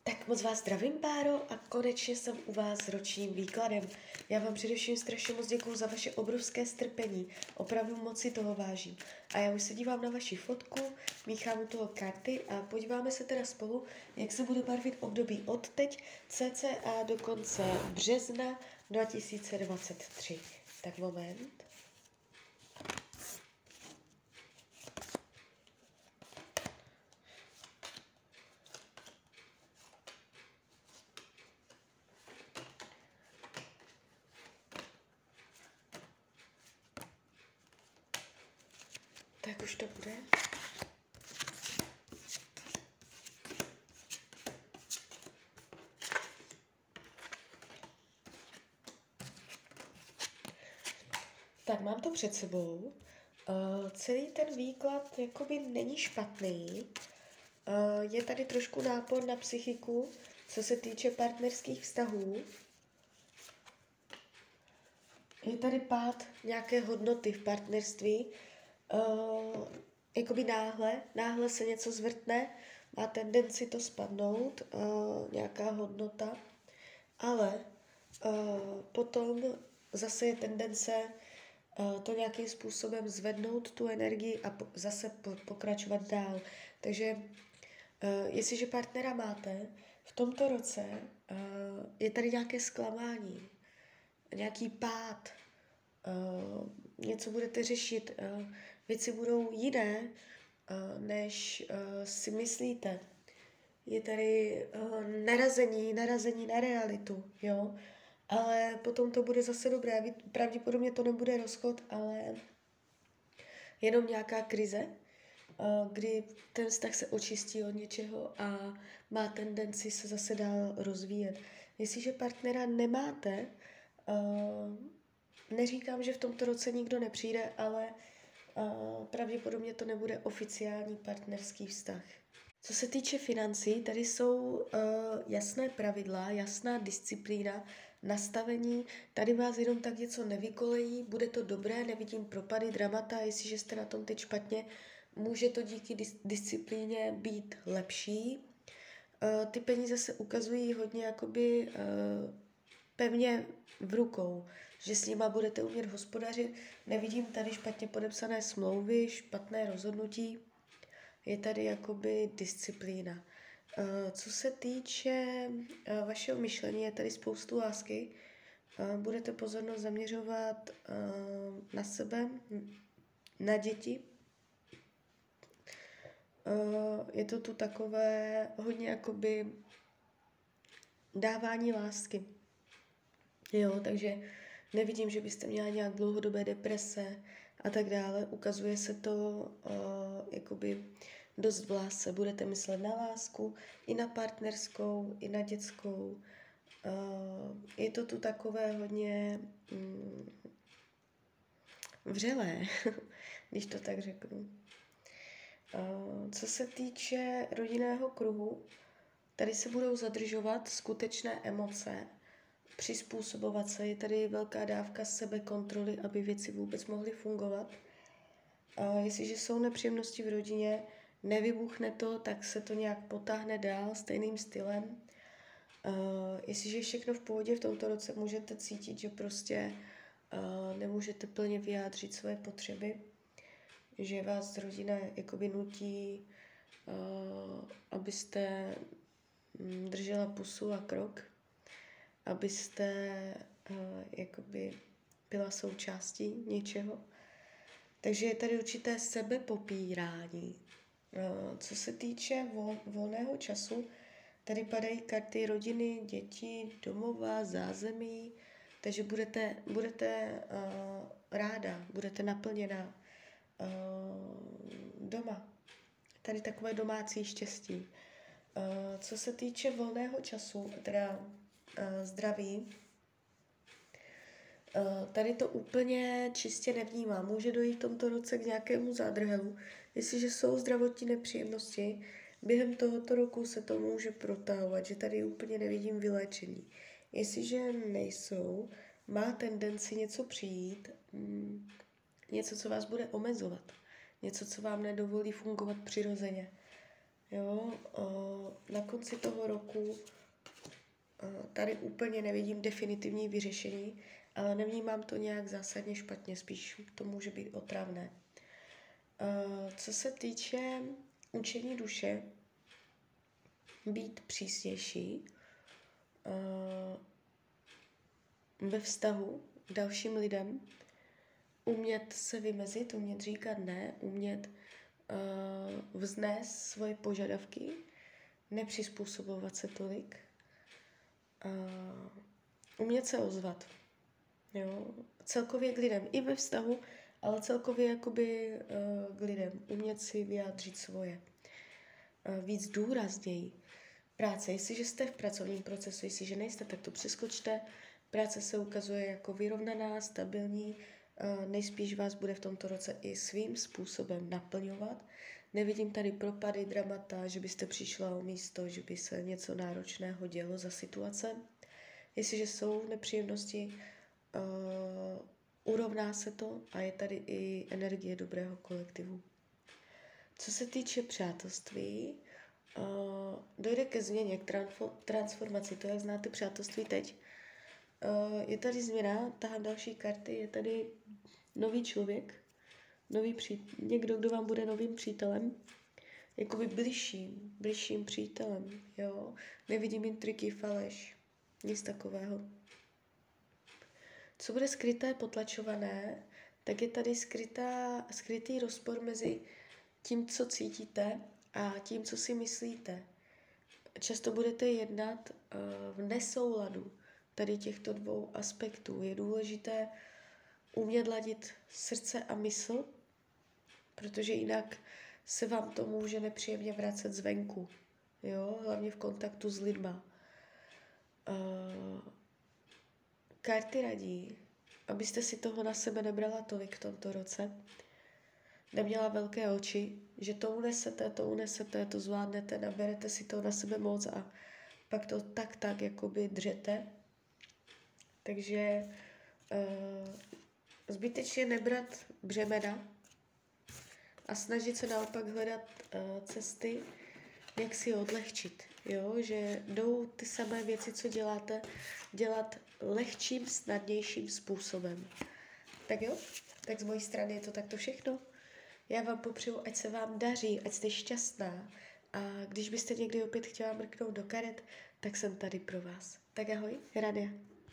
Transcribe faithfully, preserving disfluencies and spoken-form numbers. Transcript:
Tak moc vás zdravím, páro, a konečně jsem u vás s ročním výkladem. Já vám především strašně moc děkuju za vaše obrovské strpení. Opravdu moc si toho vážím. A já už se dívám na vaši fotku, míchám u toho karty a podíváme se teda spolu, jak se bude barvit období od teď cca do konce března dva tisíce dvacet tři. Tak moment. Tak už to bude. Tak mám to před sebou. Uh, celý ten výklad jakoby není špatný. Uh, je tady trošku nápor na psychiku, co se týče partnerských vztahů. Je tady pád nějaké hodnoty v partnerství. Uh, jakoby náhle, náhle se něco zvrtne, má tendenci to spadnout, uh, nějaká hodnota, ale uh, potom zase je tendence uh, to nějakým způsobem zvednout tu energii a po, zase po, pokračovat dál. Takže uh, jestliže partnera máte, v tomto roce uh, je tady nějaké zklamání, nějaký pád, uh, něco budete řešit, uh, věci budou jiné, uh, než uh, si myslíte. Je tady uh, narazení, narazení na realitu, jo. Ale potom to bude zase dobré. Pravděpodobně to nebude rozchod, ale jenom nějaká krize, uh, kdy ten vztah se očistí od něčeho a má tendenci se zase dál rozvíjet. Jestliže partnera nemáte, uh, neříkám, že v tomto roce nikdo nepřijde, ale uh, pravděpodobně to nebude oficiální partnerský vztah. Co se týče financí, tady jsou uh, jasné pravidla, jasná disciplína, nastavení. Tady vás jenom tak něco nevykolejí, bude to dobré, nevidím propady, dramata, jestliže jste na tom teď špatně, může to díky dis- disciplíně být lepší. Uh, ty peníze se ukazují hodně jakoby uh, pevně v rukou, že s nima budete umět hospodařit. Nevidím tady špatně podepsané smlouvy, špatné rozhodnutí. Je tady jakoby disciplína. Uh, co se týče uh, vašeho myšlení, je tady spoustu lásky. Uh, budete pozornost zaměřovat uh, na sebe, na děti. Uh, je to tu takové hodně jakoby dávání lásky. Jo, takže nevidím, že byste měla nějak dlouhodobé deprese a tak dále. Ukazuje se to uh, jakoby dost v lásce. Budete myslet na lásku, i na partnerskou, i na dětskou. Uh, je to tu takové hodně mm, vřelé, když to tak řeknu. Uh, co se týče rodinného kruhu, tady se budou zadržovat skutečné emoce, přizpůsobovat se. Je tady velká dávka sebekontroly, aby věci vůbec mohly fungovat. A jestliže jsou nepříjemnosti v rodině, nevybuchne to, tak se to nějak potáhne dál stejným stylem. Uh, jestliže je všechno v pohodě v tomto roce, můžete cítit, že prostě uh, nemůžete plně vyjádřit své potřeby, že vás rodina jakoby nutí, uh, abyste mm, držela pusu a krok, abyste uh, jakoby byla součástí něčeho. Takže je tady určité sebepopírání. Uh, co se týče vol, volného času, tady padají karty rodiny, děti, domova, zázemí, takže budete, budete uh, ráda, budete naplněná uh, doma. Tady takové domácí štěstí. Uh, co se týče volného času, teda uh, zdraví, uh, tady to úplně čistě nevnímám. Může dojít v tomto roce k nějakému zádrhelu. Jestliže jsou zdravotní nepříjemnosti, během tohoto roku se to může protahovat, že tady úplně nevidím vyléčení. Jestliže nejsou, má tendenci něco přijít, mm, něco, co vás bude omezovat, něco, co vám nedovolí fungovat přirozeně. Jo, na konci toho roku tady úplně nevidím definitivní vyřešení, ale nevnímám to nějak zásadně špatně, spíš to může být otravné. Co se týče učení duše, být přísnější ve vztahu k dalším lidem, umět se vymezit, umět říkat ne, umět uh, vznést svoje požadavky, nepřizpůsobovat se tolik, uh, umět se ozvat. Jo? Celkově k lidem, i ve vztahu, ale celkově jakoby uh, k lidem, umět si vyjádřit svoje. Uh, víc důrazněji. Práce, jestliže jste v pracovním procesu, jestliže nejste, tak to přeskočte. Práce se ukazuje jako vyrovnaná, stabilní, nejspíš vás bude v tomto roce i svým způsobem naplňovat. Nevidím tady propady, dramata, že byste přišla o místo, že by se něco náročného dělo za situace. Jestliže jsou nepříjemnosti, uh, urovná se to a je tady i energie dobrého kolektivu. Co se týče přátelství, uh, dojde ke změně, k transformaci, to jak znáte přátelství teď. Uh, je tady změna, tahám další karty, je tady nový člověk, nový přít, někdo, kdo vám bude novým přítelem, jakoby bližším, bližším přítelem, jo. Nevidím intriky, faleš, nic takového. Co bude skryté, potlačované, tak je tady skrytá, skrytý rozpor mezi tím, co cítíte a tím, co si myslíte. Často budete jednat uh, v nesouladu tady těchto dvou aspektů. Je důležité umět ladit srdce a mysl, protože jinak se vám to může nepříjemně vracet zvenku. Jo? Hlavně v kontaktu s lidma. Uh, karty radí, abyste si toho na sebe nebrala tolik v tomto roce. Neměla velké oči, že to unesete, to unesete, to zvládnete, naberete si to na sebe moc a pak to tak, tak jakoby dřete. Takže uh, zbytečně nebrat břemena a snažit se naopak hledat uh, cesty, jak si odlehčit. Jo? Že jdou ty samé věci, co děláte, dělat lehčím, snadnějším způsobem. Tak jo, tak z mojí strany je to takto všechno. Já vám popřeju, ať se vám daří, ať jste šťastná a když byste někdy opět chtěla mrknout do karet, tak jsem tady pro vás. Tak ahoj, Rania.